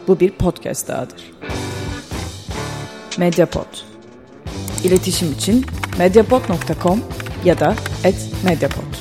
Bu bir podcast dahadır. Mediapod. İletişim için mediapod.com ya da @mediapod.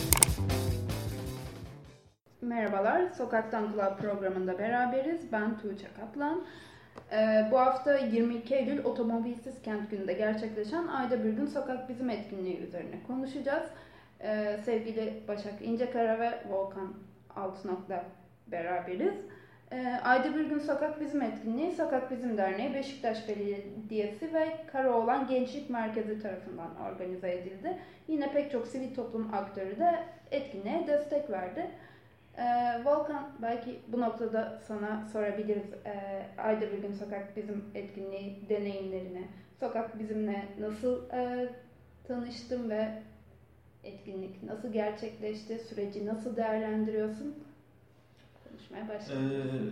Merhabalar, Sokaktan Kulağa programında beraberiz. Ben Tuğçe Kaplan. Bu hafta 22 Eylül Otomobilsiz Kent Günü'nde gerçekleşen Ayda Bir Gün Sokak Bizim etkinliği üzerine konuşacağız. Sevgili Başak İncekara ve Volkan Altınok'la beraberiz. Ayda Bir Gün Sokak Bizim etkinliği, Sokak Bizim Derneği, Beşiktaş Belediyesi ve Karaoğlan Gençlik Merkezi tarafından organize edildi. Yine pek çok sivil toplum aktörü de etkinliğe destek verdi. Volkan, belki bu noktada sana sorabiliriz. Ayda Bir Gün Sokak Bizim etkinliği deneyimlerini, Sokak Bizim'le nasıl tanıştın ve etkinlik nasıl gerçekleşti, süreci nasıl değerlendiriyorsun? Konuşmaya başlayalım.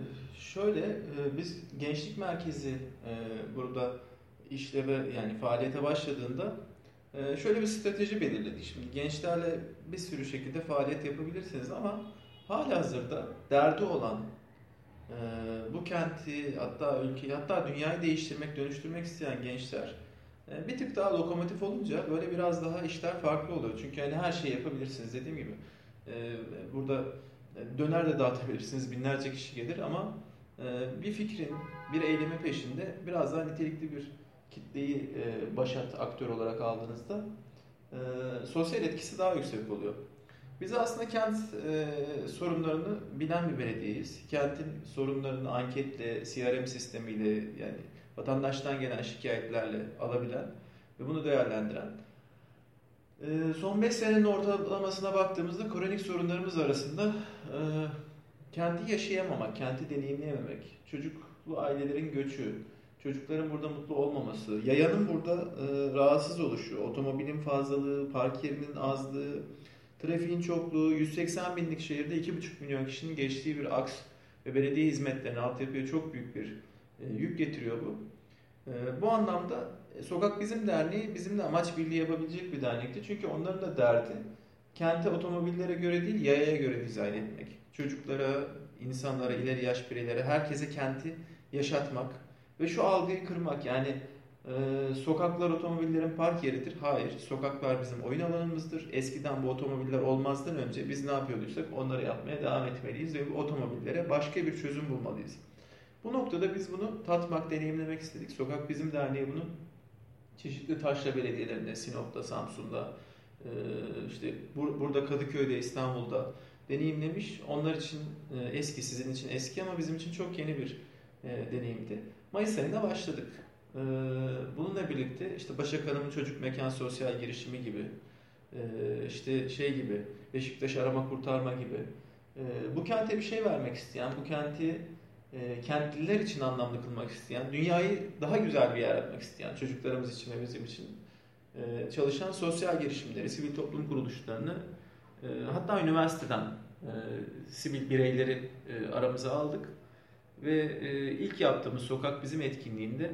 Biz gençlik merkezi burada işleve yani faaliyete başladığında şöyle bir strateji belirledik. Şimdi gençlerle bir sürü şekilde faaliyet yapabilirsiniz ama halihazırda derdi olan bu kenti hatta ülkeyi hatta dünyayı değiştirmek, dönüştürmek isteyen gençler bir tık daha lokomotif olunca böyle biraz daha işler farklı oluyor. Çünkü hani her şeyi yapabilirsiniz dediğim gibi. Burada döner de dağıtabilirsiniz, binlerce kişi gelir ama bir fikrin, bir eylemin peşinde biraz daha nitelikli bir kitleyi başat aktör olarak aldığınızda sosyal etkisi daha yüksek oluyor. Biz aslında kent sorunlarını bilen bir belediyeyiz. Kentin sorunlarını anketle, CRM sistemiyle yani vatandaştan gelen şikayetlerle alabilen ve bunu değerlendiren. Son 5 senenin ortalamasına baktığımızda kronik sorunlarımız arasında kenti yaşayamamak, kenti deneyimleyememek, çocuklu ailelerin göçü, çocukların burada mutlu olmaması, yayanın burada rahatsız oluşu, otomobilin fazlalığı, park yerinin azlığı, trafiğin çokluğu, 180 binlik şehirde 2,5 milyon kişinin geçtiği bir aks ve belediye hizmetlerine, altyapıya çok büyük bir yük getiriyor bu. Bu anlamda Sokak Bizim Derneği bizimle amaç birliği yapabilecek bir dernekti. Çünkü onların da derdi kente otomobillere göre değil, yayaya göre dizayn etmek. Çocuklara, insanlara, ileri yaş bireylere, herkese kenti yaşatmak ve şu algıyı kırmak. Yani sokaklar otomobillerin park yeridir. Hayır, sokaklar bizim oyun alanımızdır. Eskiden bu otomobiller olmazdan önce biz ne yapıyorduysak onları yapmaya devam etmeliyiz ve bu otomobillere başka bir çözüm bulmalıyız. Bu noktada biz bunu tatmak, deneyimlemek istedik. Sokak Bizim Derneği bunu çeşitli taşra belediyelerinde, Sinop'ta, Samsun'da, işte burada Kadıköy'de, İstanbul'da deneyimlemiş. Onlar için eski, sizin için eski ama bizim için çok yeni bir deneyimdi. Mayıs ayında başladık. Bununla birlikte işte Başak Hanım'ın Çocuk Mekan Sosyal Girişimi gibi, işte gibi, Beşiktaş Arama Kurtarma gibi, bu kente bir şey vermek isteyen, bu kenti kentliler için anlamlı kılmak isteyen, dünyayı daha güzel bir yer yapmak isteyen, çocuklarımız için ve bizim için çalışan sosyal girişimleri, sivil toplum kuruluşlarını, hatta üniversiteden sivil bireyleri aramıza aldık. Ve ilk yaptığımız Sokak Bizim etkinliğinde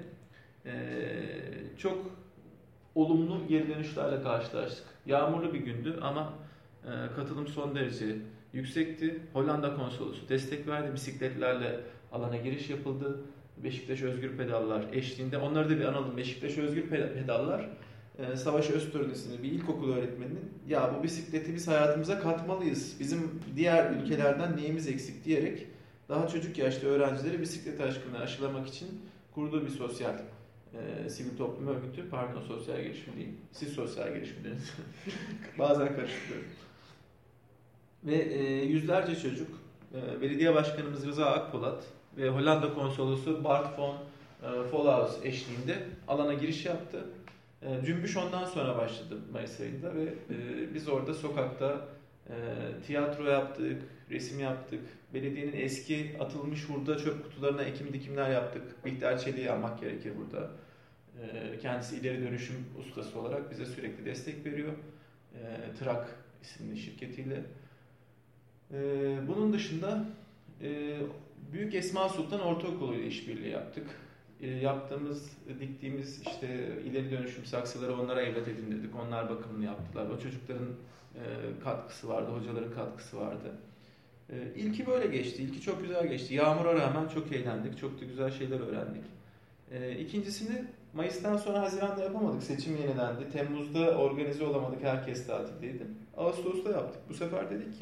çok olumlu geri dönüşlerle karşılaştık. Yağmurlu bir gündü ama katılım son derece yüksekti. Hollanda Konsolosu destek verdi. Bisikletlerle alana giriş yapıldı. Beşiktaş Özgür Pedallar eşliğinde. Onları da bir analım. Beşiktaş Özgür Pedallar, Savaş Öztürk isimli bir ilkokul öğretmeninin ya bu bisikleti biz hayatımıza katmalıyız. Bizim diğer ülkelerden neyimiz eksik diyerek daha çocuk yaşta öğrencileri bisiklet aşkını aşılamak için kurduğu bir sosyal sivil toplum örgütü. Pardon, sosyal girişim değil. Siz sosyal girişimdeniz. Bazen karıştırıyorum. Ve yüzlerce çocuk, belediye başkanımız Rıza Akpolat ve Hollanda konsolosu Bart von Volhaus eşliğinde alana giriş yaptı. Cümbüş ondan sonra başladı Mayıs ayında ve biz orada sokakta tiyatro yaptık, resim yaptık. Belediyenin eski atılmış hurda çöp kutularına ekim dikimler yaptık. Bihter Çelik'i almak gerekir burada. Kendisi ileri dönüşüm ustası olarak bize sürekli destek veriyor. Trak isimli şirketiyle. Bunun dışında Büyük Esma Sultan Ortaokulu ile işbirliği yaptık. Diktiğimiz işte ileri dönüşüm saksıları onlara evlat edindirdik. Onlar bakımını yaptılar. O çocukların katkısı vardı, hocaların katkısı vardı. İlki böyle geçti. İlki çok güzel geçti. Yağmura rağmen çok eğlendik. Çok da güzel şeyler öğrendik. İkincisini Mayıs'tan sonra Haziran'da yapamadık. Seçim yenilendi. Temmuz'da organize olamadık. Herkes tatildeydi. Ağustos'ta yaptık. Bu sefer dedik ki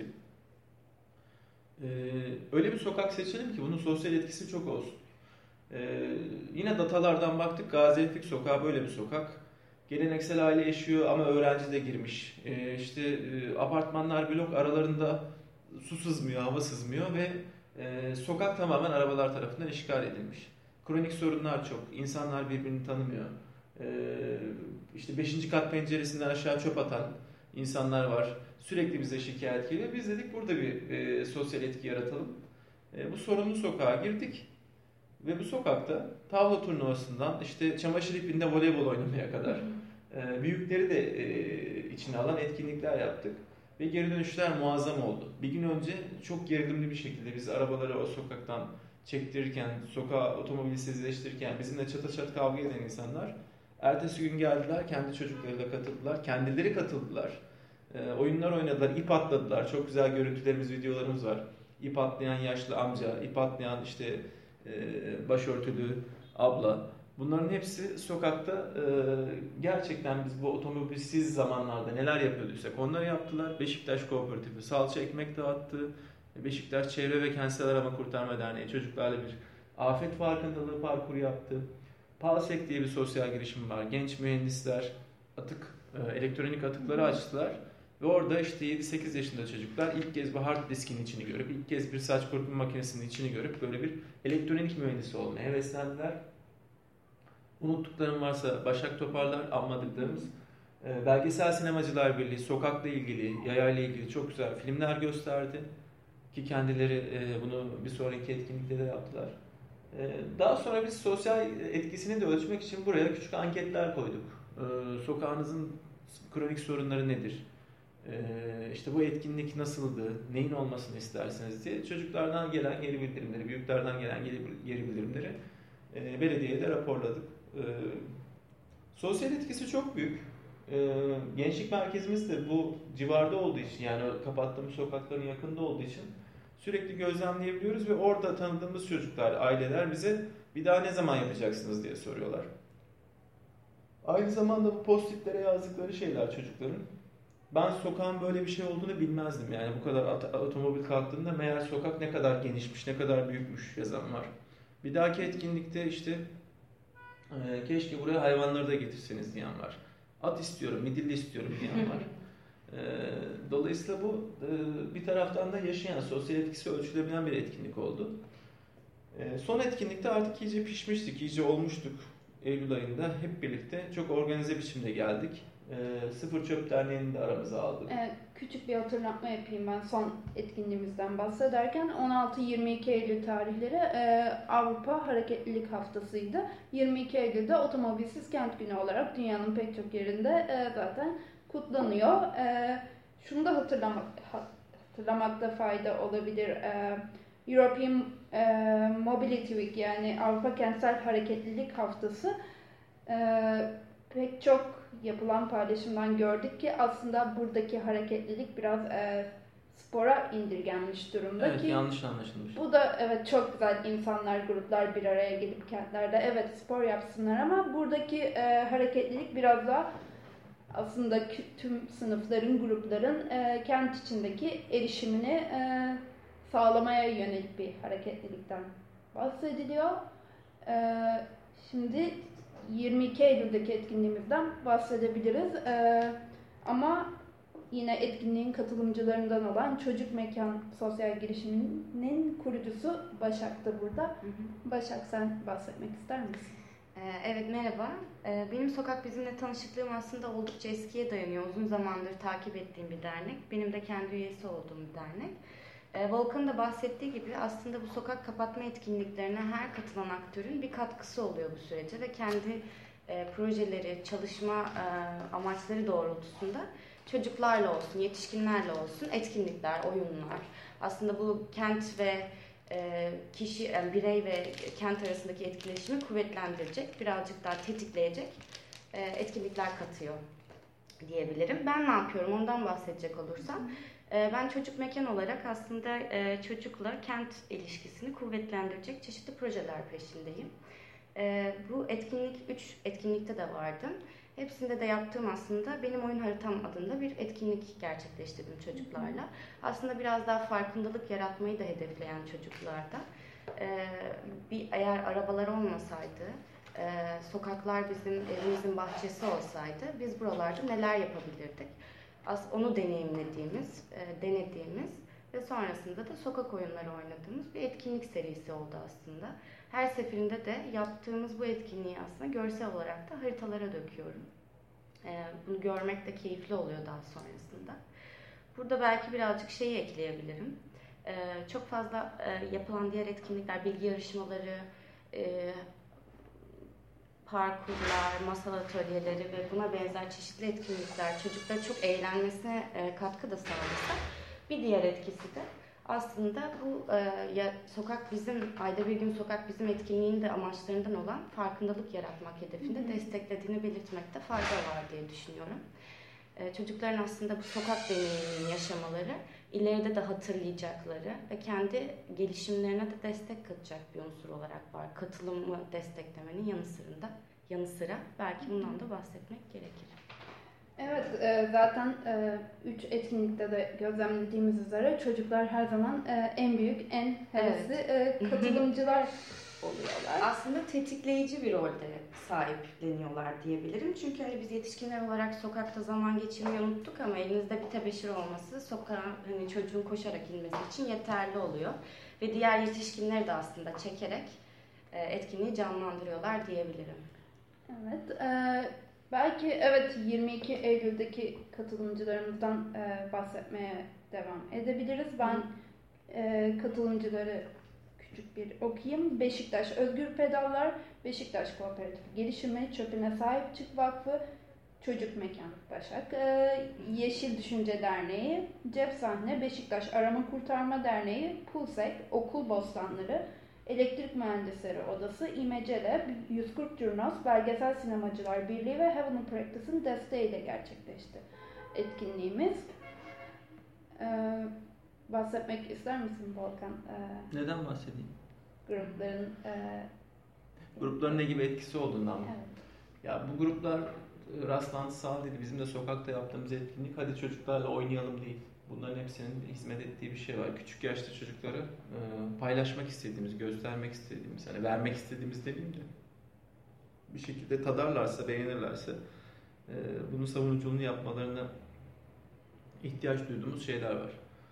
öyle bir sokak seçelim ki bunun sosyal etkisi çok olsun. Yine datalardan baktık. Gazi Efik Sokağı böyle bir sokak. Geleneksel aile yaşıyor ama öğrenci de girmiş. Apartmanlar, blok aralarında su sızmıyor, hava sızmıyor ve sokak tamamen arabalar tarafından işgal edilmiş. Kronik sorunlar çok. İnsanlar birbirini tanımıyor. İşte 5. kat penceresinden aşağı çöp atan insanlar var. Sürekli bize şikayet geliyor. Biz dedik burada bir sosyal etki yaratalım. Bu sorunlu sokağa girdik. Ve bu sokakta tavla turnuvasından işte çamaşır ipinde voleybol oynamaya kadar büyükleri de içine alan etkinlikler yaptık. Ve geri dönüşler muazzam oldu. Bir gün önce çok gerilimli bir şekilde biz arabaları o sokaktan çektirirken, sokağı otomobilsizleştirirken bizimle çataçat kavga eden insanlar ertesi gün geldiler, kendi çocuklarıyla katıldılar, kendileri katıldılar. Oyunlar oynadılar, ip atladılar. Çok güzel görüntülerimiz, videolarımız var. İp atlayan yaşlı amca, ip atlayan işte başörtülü abla. Bunların hepsi sokakta gerçekten biz bu otomobilsiz zamanlarda neler yapıyorduysak onları yaptılar. Beşiktaş Kooperatifi salça ekmek dağıttı. Beşiktaş Çevre ve Kentsel Arama Kurtarma Derneği çocuklarla bir afet farkındalığı parkuru yaptı. PALSEK diye bir sosyal girişim var. Genç mühendisler elektronik atıkları açtılar. Ve orada işte 7-8 yaşında çocuklar ilk kez bir hard diskin içini görüp, ilk kez bir saç kurutma makinesinin içini görüp böyle bir elektronik mühendisi olmaya heveslendiler. Unuttuklarım varsa Başak toparlar, anmadıklarımız. Belgesel Sinemacılar Birliği sokakla ilgili, yayayla ilgili çok güzel filmler gösterdi. Ki kendileri bunu bir sonraki etkinlikte de yaptılar. Daha sonra biz sosyal etkisini de ölçmek için buraya küçük anketler koyduk. Sokağınızın kronik sorunları nedir? İşte bu etkinlik nasıldı? Neyin olmasını istersiniz diye çocuklardan gelen geri bildirimleri, büyüklerden gelen geri bildirimleri belediyeye de raporladık. Sosyal etkisi çok büyük. Gençlik merkezimiz de bu civarda olduğu için, yani kapattığımız sokakların yakında olduğu için sürekli gözlemleyebiliyoruz ve orada tanıdığımız çocuklar, aileler bize bir daha ne zaman yapacaksınız diye soruyorlar. Aynı zamanda bu post-itlere yazdıkları şeyler çocukların. Ben sokağın böyle bir şey olduğunu bilmezdim. Yani bu kadar otomobil kalktığında meğer sokak ne kadar genişmiş, ne kadar büyükmüş yazan var. Bir dahaki etkinlikte işte keşke buraya hayvanları da getirseniz diyen var. At istiyorum, midilli istiyorum diyen var. Dolayısıyla bu bir taraftan da yaşayan, sosyal etkisi ölçülebilen bir etkinlik oldu. Son etkinlikte artık iyice pişmiştik, iyice olmuştuk. Eylül ayında hep birlikte çok organize biçimde geldik. Sıfır Çöp Derneği'ni de aramıza aldık. Küçük bir hatırlatma yapayım ben son etkinliğimizden bahsederken. 16-22 Eylül tarihleri Avrupa Hareketlilik Haftası'ydı. 22 Eylül'de Otomobilsiz Kent Günü olarak dünyanın pek çok yerinde zaten kutlanıyor. Şunu da hatırlamakta fayda olabilir. European Mobility Week, yani Avrupa Kentsel Hareketlilik Haftası, pek çok yapılan paylaşımdan gördük ki aslında buradaki hareketlilik biraz spora indirgenmiş durumda. Evet, ki yanlış anlaşılmış. Bu da evet çok güzel, insanlar, gruplar bir araya gelip kentlerde evet spor yapsınlar ama buradaki hareketlilik biraz daha aslında tüm sınıfların, grupların kent içindeki erişimini sağlamaya yönelik bir hareketlilikten bahsediliyor. Şimdi 22 Eylül'deki etkinliğimizden bahsedebiliriz. Ama yine etkinliğin katılımcılarından olan Çocuk Mekan Sosyal Girişimi'nin kurucusu Başak da burada. Hı hı. Başak, sen bahsetmek ister misin? Evet, merhaba. Benim Sokak Bizimle tanışıklığım aslında oldukça eskiye dayanıyor. Uzun zamandır takip ettiğim bir dernek. Benim de kendi üyesi olduğum bir dernek. Volkan'ın da bahsettiği gibi aslında bu sokak kapatma etkinliklerine her katılan aktörün bir katkısı oluyor bu sürece ve kendi projeleri, çalışma amaçları doğrultusunda çocuklarla olsun, yetişkinlerle olsun etkinlikler, oyunlar. Aslında bu kent ve kişi, yani birey ve kent arasındaki etkileşimi kuvvetlendirecek, birazcık daha tetikleyecek etkinlikler katıyor diyebilirim. Ben ne yapıyorum ondan bahsedecek olursam. Ben çocuk mekan olarak aslında çocukla kent ilişkisini kuvvetlendirecek çeşitli projeler peşindeyim. Bu etkinlik 3 etkinlikte de vardım. Hepsinde de yaptığım aslında benim oyun haritam adında bir etkinlik gerçekleştirdim çocuklarla. Aslında biraz daha farkındalık yaratmayı da hedefleyen çocuklarda. Eğer arabalar olmasaydı, sokaklar bizim evimizin bahçesi olsaydı biz buralarda neler yapabilirdik? Onu denediğimiz ve sonrasında da sokak oyunları oynadığımız bir etkinlik serisi oldu aslında. Her seferinde de yaptığımız bu etkinliği aslında görsel olarak da haritalara döküyorum. Bunu görmek de keyifli oluyor daha sonrasında. Burada belki birazcık şeyi ekleyebilirim. Çok fazla yapılan diğer etkinlikler, bilgi yarışmaları, parkurlar, masal atölyeleri ve buna benzer çeşitli etkinlikler çocuklara çok eğlenmesine katkı da sağlasa, bir diğer etkisi de aslında bu Ayda Bir Gün Sokak Bizim etkinliğinin de amaçlarından olan farkındalık yaratmak hedefinde desteklediğini belirtmekte fayda var diye düşünüyorum. Çocukların aslında bu sokak deneyimini yaşamaları, ileride de hatırlayacakları ve kendi gelişimlerine de destek katacak bir unsur olarak var. Katılımı desteklemenin yanı sıra belki bundan da bahsetmek gerekir. Evet, zaten 3 etkinlikte de gözlemlediğimiz üzere çocuklar her zaman en büyük, en hevesli katılımcılar oluyorlar. Aslında tetikleyici bir rolde sahipleniyorlar diyebilirim. Çünkü hani biz yetişkinler olarak sokakta zaman geçirmeyi unuttuk ama elinizde bir tebeşir olması çocuğun koşarak inmesi için yeterli oluyor. Ve diğer yetişkinleri de aslında çekerek etkinliği canlandırıyorlar diyebilirim. Evet, belki 22 Eylül'deki katılımcılarımızdan bahsetmeye devam edebiliriz. Ben katılımcıları küçük bir okuyayım. Beşiktaş Özgür Pedallar, Beşiktaş Kooperatif Gelişimi, Çöpüne Sahip Çık Vakfı, Çocuk Mekan Başak, Yeşil Düşünce Derneği, Cep Sahne, Beşiktaş Arama Kurtarma Derneği, Pulsek, Okul Bostanları, Elektrik Mühendisleri Odası, İmece, 140 Curnos, Belgesel Sinemacılar Birliği ve Heaven Practice'ın desteğiyle gerçekleşti etkinliğimiz. Bahsetmek ister misin Volkan? Neden bahsedeyim? Grupların ne gibi etkisi olduğundan mı? Evet. Ya bu gruplar rastlantısal değil. Bizim de sokakta yaptığımız etkinlik hadi çocuklarla oynayalım değil. Bunların hepsinin hizmet ettiği bir şey var. Küçük yaşta çocuklara paylaşmak istediğimiz, göstermek istediğimiz, hani vermek istediğimiz demeyeyim de bir şekilde tadarlarsa, beğenirlerse bunun savunuculuğunu yapmalarına ihtiyaç duyduğumuz şeyler var.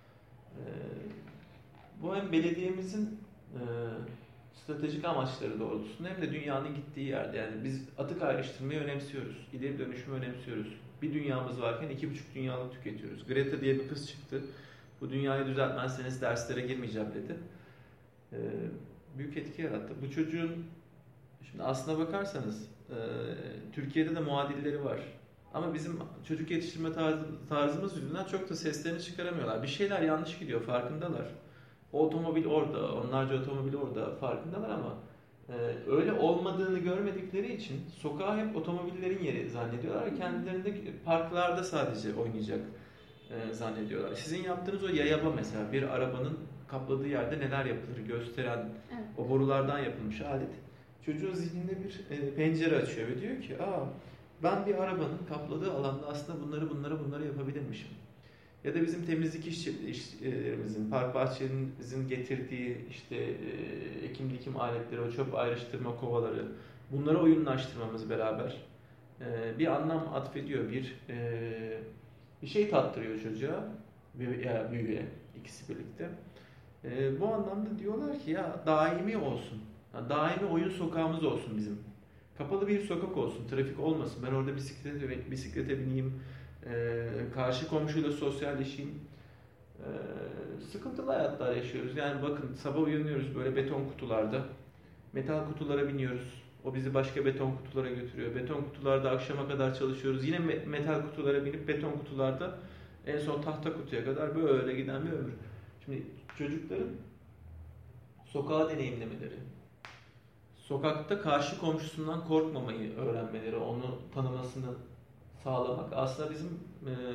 Bu hem belediyemizin stratejik amaçları doğrultusunda hem de dünyanın gittiği yerde. Yani biz atık ayrıştırmayı önemsiyoruz, ileri dönüşümü önemsiyoruz. Bir dünyamız varken 2,5 dünyalık tüketiyoruz. Greta diye bir kız çıktı. Bu dünyayı düzeltmezseniz derslere girmeyeceğim dedi. Büyük etki yarattı. Bu çocuğun, şimdi aslına bakarsanız Türkiye'de de muadilleri var. Ama bizim çocuk yetiştirme tarzımız yüzünden çok da seslerini çıkaramıyorlar. Bir şeyler yanlış gidiyor, farkındalar. O otomobil orada, onlarca otomobil orada, farkındalar ama öyle olmadığını görmedikleri için sokağı hep otomobillerin yeri zannediyorlar. Kendilerinde parklarda sadece oynayacak zannediyorlar. Sizin yaptığınız o yayaba mesela, bir arabanın kapladığı yerde neler yapılır gösteren, evet, o borulardan yapılmış alet çocuğun zihninde bir pencere açıyor ve diyor ki ben bir arabanın kapladığı alanda aslında bunları yapabilirmişim. Ya da bizim temizlik işçilerimizin, park bahçemizin getirdiği ekim dikim aletleri, o çöp ayrıştırma kovaları, bunları oyunlaştırmamız beraber bir anlam atfediyor, bir şey tattırıyor çocuğa veya büyüğe, ikisi birlikte. Bu anlamda diyorlar ki ya daimi olsun, daimi oyun sokağımız olsun bizim. Kapalı bir sokak olsun, trafik olmasın, ben orada bisiklete bineyim, karşı komşuyla sosyalleşeyim. Sıkıntılı hayatlar yaşıyoruz. Yani bakın sabah uyanıyoruz böyle beton kutularda. Metal kutulara biniyoruz. O bizi başka beton kutulara götürüyor. Beton kutularda akşama kadar çalışıyoruz. Yine metal kutulara binip beton kutularda en son tahta kutuya kadar böyle giden bir ömür. Şimdi çocukların sokağı deneyimlemeleri, sokakta karşı komşusundan korkmamayı öğrenmeleri, onu tanımasını sağlamak aslında bizim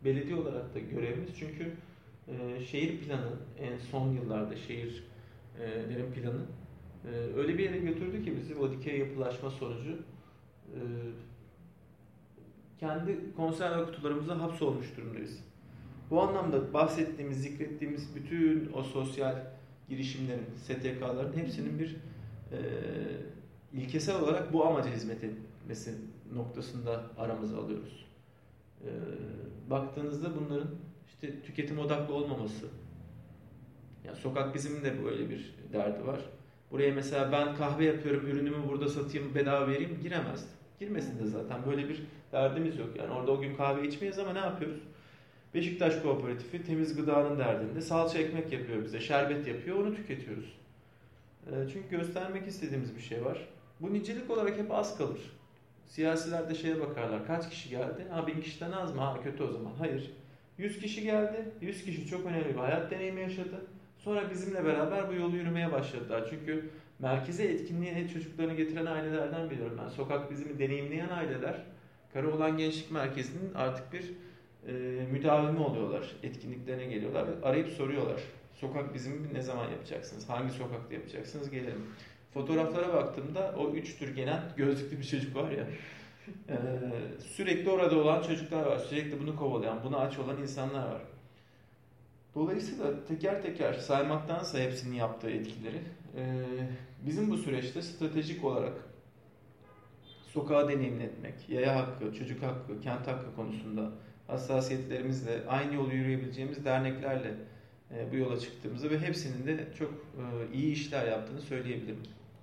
belediye olarak da görevimiz. Çünkü şehir planı, en son yıllarda şehirlerin planı öyle bir yere götürdü ki bizi, o dikey yapılaşma sonucu kendi konserve kutularımıza hapsolmuş durumdayız. Bu anlamda bahsettiğimiz, zikrettiğimiz bütün o sosyal girişimlerin, STK'ların hepsinin bir ilkesel olarak bu amaca hizmet etmesi noktasında aramıza alıyoruz. Baktığınızda bunların işte tüketim odaklı olmaması, yani sokak bizimle de böyle bir derdi var. Buraya mesela ben kahve yapıyorum, ürünümü burada satayım, bedava vereyim, giremez. Girmesin de zaten, böyle bir derdimiz yok. Yani orada o gün kahve içmeyiz ama ne yapıyoruz? Beşiktaş Kooperatifi temiz gıdanın derdinde salça ekmek yapıyor bize, şerbet yapıyor, onu tüketiyoruz. Çünkü göstermek istediğimiz bir şey var. Bu nicelik olarak hep az kalır. Siyasiler de şeye bakarlar, kaç kişi geldi? 1000 kişiden az mı? Kötü o zaman. Hayır. 100 kişi geldi, 100 kişi çok önemli bir hayat deneyimi yaşadı. Sonra bizimle beraber bu yolu yürümeye başladılar. Çünkü merkeze etkinliğe çocuklarını getiren ailelerden biliyorum ben. Sokak bizimi deneyimleyen aileler, Karaoğlan Gençlik Merkezi'nin artık bir müdavimi oluyorlar. Etkinliklerine geliyorlar ve arayıp soruyorlar. Sokak bizimi ne zaman yapacaksınız? Hangi sokakta yapacaksınız? Gelelim. Fotoğraflara baktığımda o 3 tür gelen gözlüklü bir çocuk var ya. Sürekli orada olan çocuklar var. Sürekli bunu kovalayan, buna aç olan insanlar var. Dolayısıyla teker teker saymaktansa hepsinin yaptığı etkileri, bizim bu süreçte stratejik olarak sokağı deneyimletmek, yaya hakkı, çocuk hakkı, kent hakkı konusunda hassasiyetlerimizle aynı yolu yürüyebileceğimiz derneklerle bu yola çıktığımızda ve hepsinin de çok iyi işler yaptığını söyleyebilirim.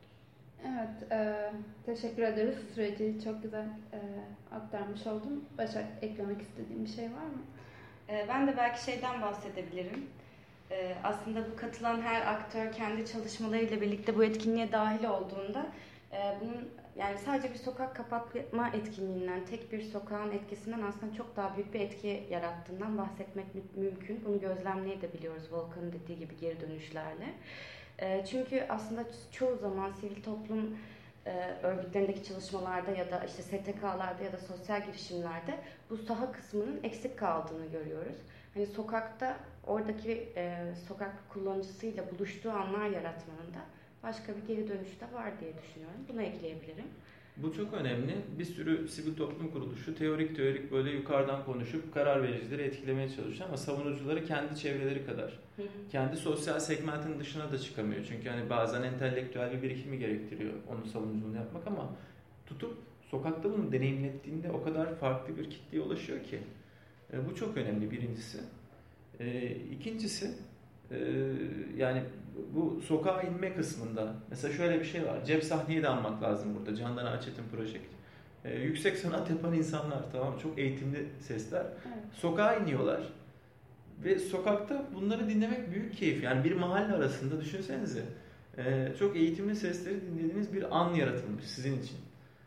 Evet, teşekkür ederiz. Süreci çok güzel aktarmış oldum. Başak, eklemek istediğin bir şey var mı? Ben de belki şeyden bahsedebilirim. Aslında bu katılan her aktör kendi çalışmalarıyla birlikte bu etkinliğe dahil olduğunda bunun yani sadece bir sokak kapatma etkinliğinden, tek bir sokağın etkisinden aslında çok daha büyük bir etki yarattığından bahsetmek mümkün. Bunu gözlemleyebiliyoruz Volkan'ın dediği gibi geri dönüşlerle. Çünkü aslında çoğu zaman sivil toplum örgütlerindeki çalışmalarda ya da işte STK'larda ya da sosyal girişimlerde bu saha kısmının eksik kaldığını görüyoruz. Hani sokakta oradaki sokak kullanıcısıyla buluştuğu anlar yaratmanın da başka bir geri dönüşü de var diye düşünüyorum. Bunu ekleyebilirim. Bu çok önemli. Bir sürü sivil toplum kuruluşu teorik böyle yukarıdan konuşup karar vericileri etkilemeye çalışıyor ama savunucuları kendi çevreleri kadar. Kendi sosyal segmentin dışına da çıkamıyor. Çünkü hani bazen entelektüel bir birikimi gerektiriyor onun savunuculuğunu yapmak ama tutup sokakta bunu deneyimlettiğinde o kadar farklı bir kitleye ulaşıyor ki. Bu çok önemli birincisi. İkincisi yani bu sokağa inme kısmında mesela şöyle bir şey var. Cem Sahne'yi de anmak lazım burada. Candan Erçetin Project. Yüksek sanat yapan insanlar, tamam, çok eğitimli sesler. Evet. Sokağa iniyorlar ve sokakta bunları dinlemek büyük keyif. Yani bir mahalle arasında düşünsenize. Çok eğitimli sesleri dinlediğiniz bir an yaratılmış sizin için.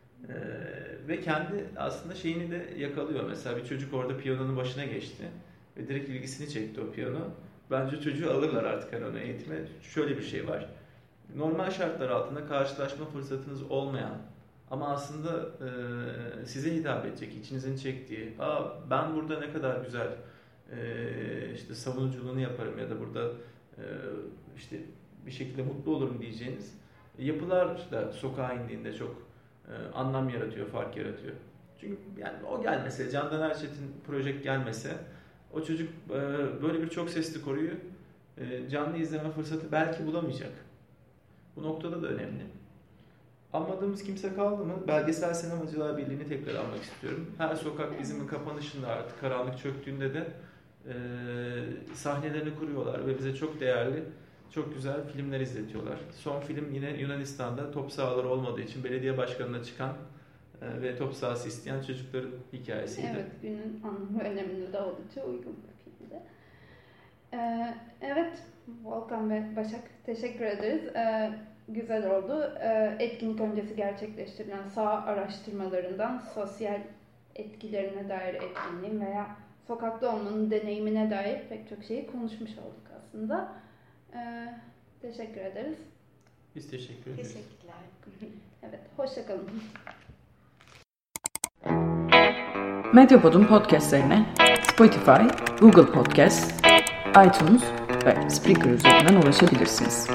Ve kendi aslında şeyini de yakalıyor. Mesela bir çocuk orada piyanonun başına geçti ve direkt ilgisini çekti o piyano. Bence çocuğu alırlar artık hani ona eğitime. Şöyle bir şey var. Normal şartlar altında karşılaşma fırsatınız olmayan ama aslında size hitap edecek, içinizin çektiği, ben burada ne kadar güzel işte savunuculuğunu yaparım ya da burada işte bir şekilde mutlu olurum diyeceğiniz yapılar da sokağa indiğinde çok anlam yaratıyor, fark yaratıyor. Çünkü yani o gelmese, Candan Erçetin Project gelmese o çocuk böyle bir çok sesli koruyu canlı izleme fırsatı belki bulamayacak. Bu noktada da önemli. Anmadığımız kimse kaldı mı? Belgesel Sinemacılar Birliği'ni tekrar almak istiyorum. Her sokak bizim kapanışında artık karanlık çöktüğünde de sahnelerini kuruyorlar ve bize çok değerli, çok güzel filmler izletiyorlar. Son film yine Yunanistan'da top sahaları olmadığı için belediye başkanına çıkan ve top sahası isteyen çocukların hikayesiydi. Evet, günün anlamı önemli de oldukça uygun bir filmdi. Evet, Volkan ve Başak teşekkür ederiz. Güzel oldu. Etkinlik öncesi gerçekleştirilen saha araştırmalarından sosyal etkilerine dair etkinliğin veya sokakta olmanın deneyimine dair pek çok şeyi konuşmuş olduk aslında. Teşekkür ederiz. Biz teşekkür ederiz. Teşekkürler. Evet, hoşça kalın. Medyapod'un podcastlerine Spotify, Google Podcast, iTunes ve Spreaker üzerinden ulaşabilirsiniz.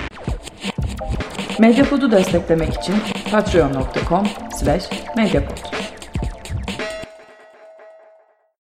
Medyapod'u desteklemek için patreon.com/medyapod.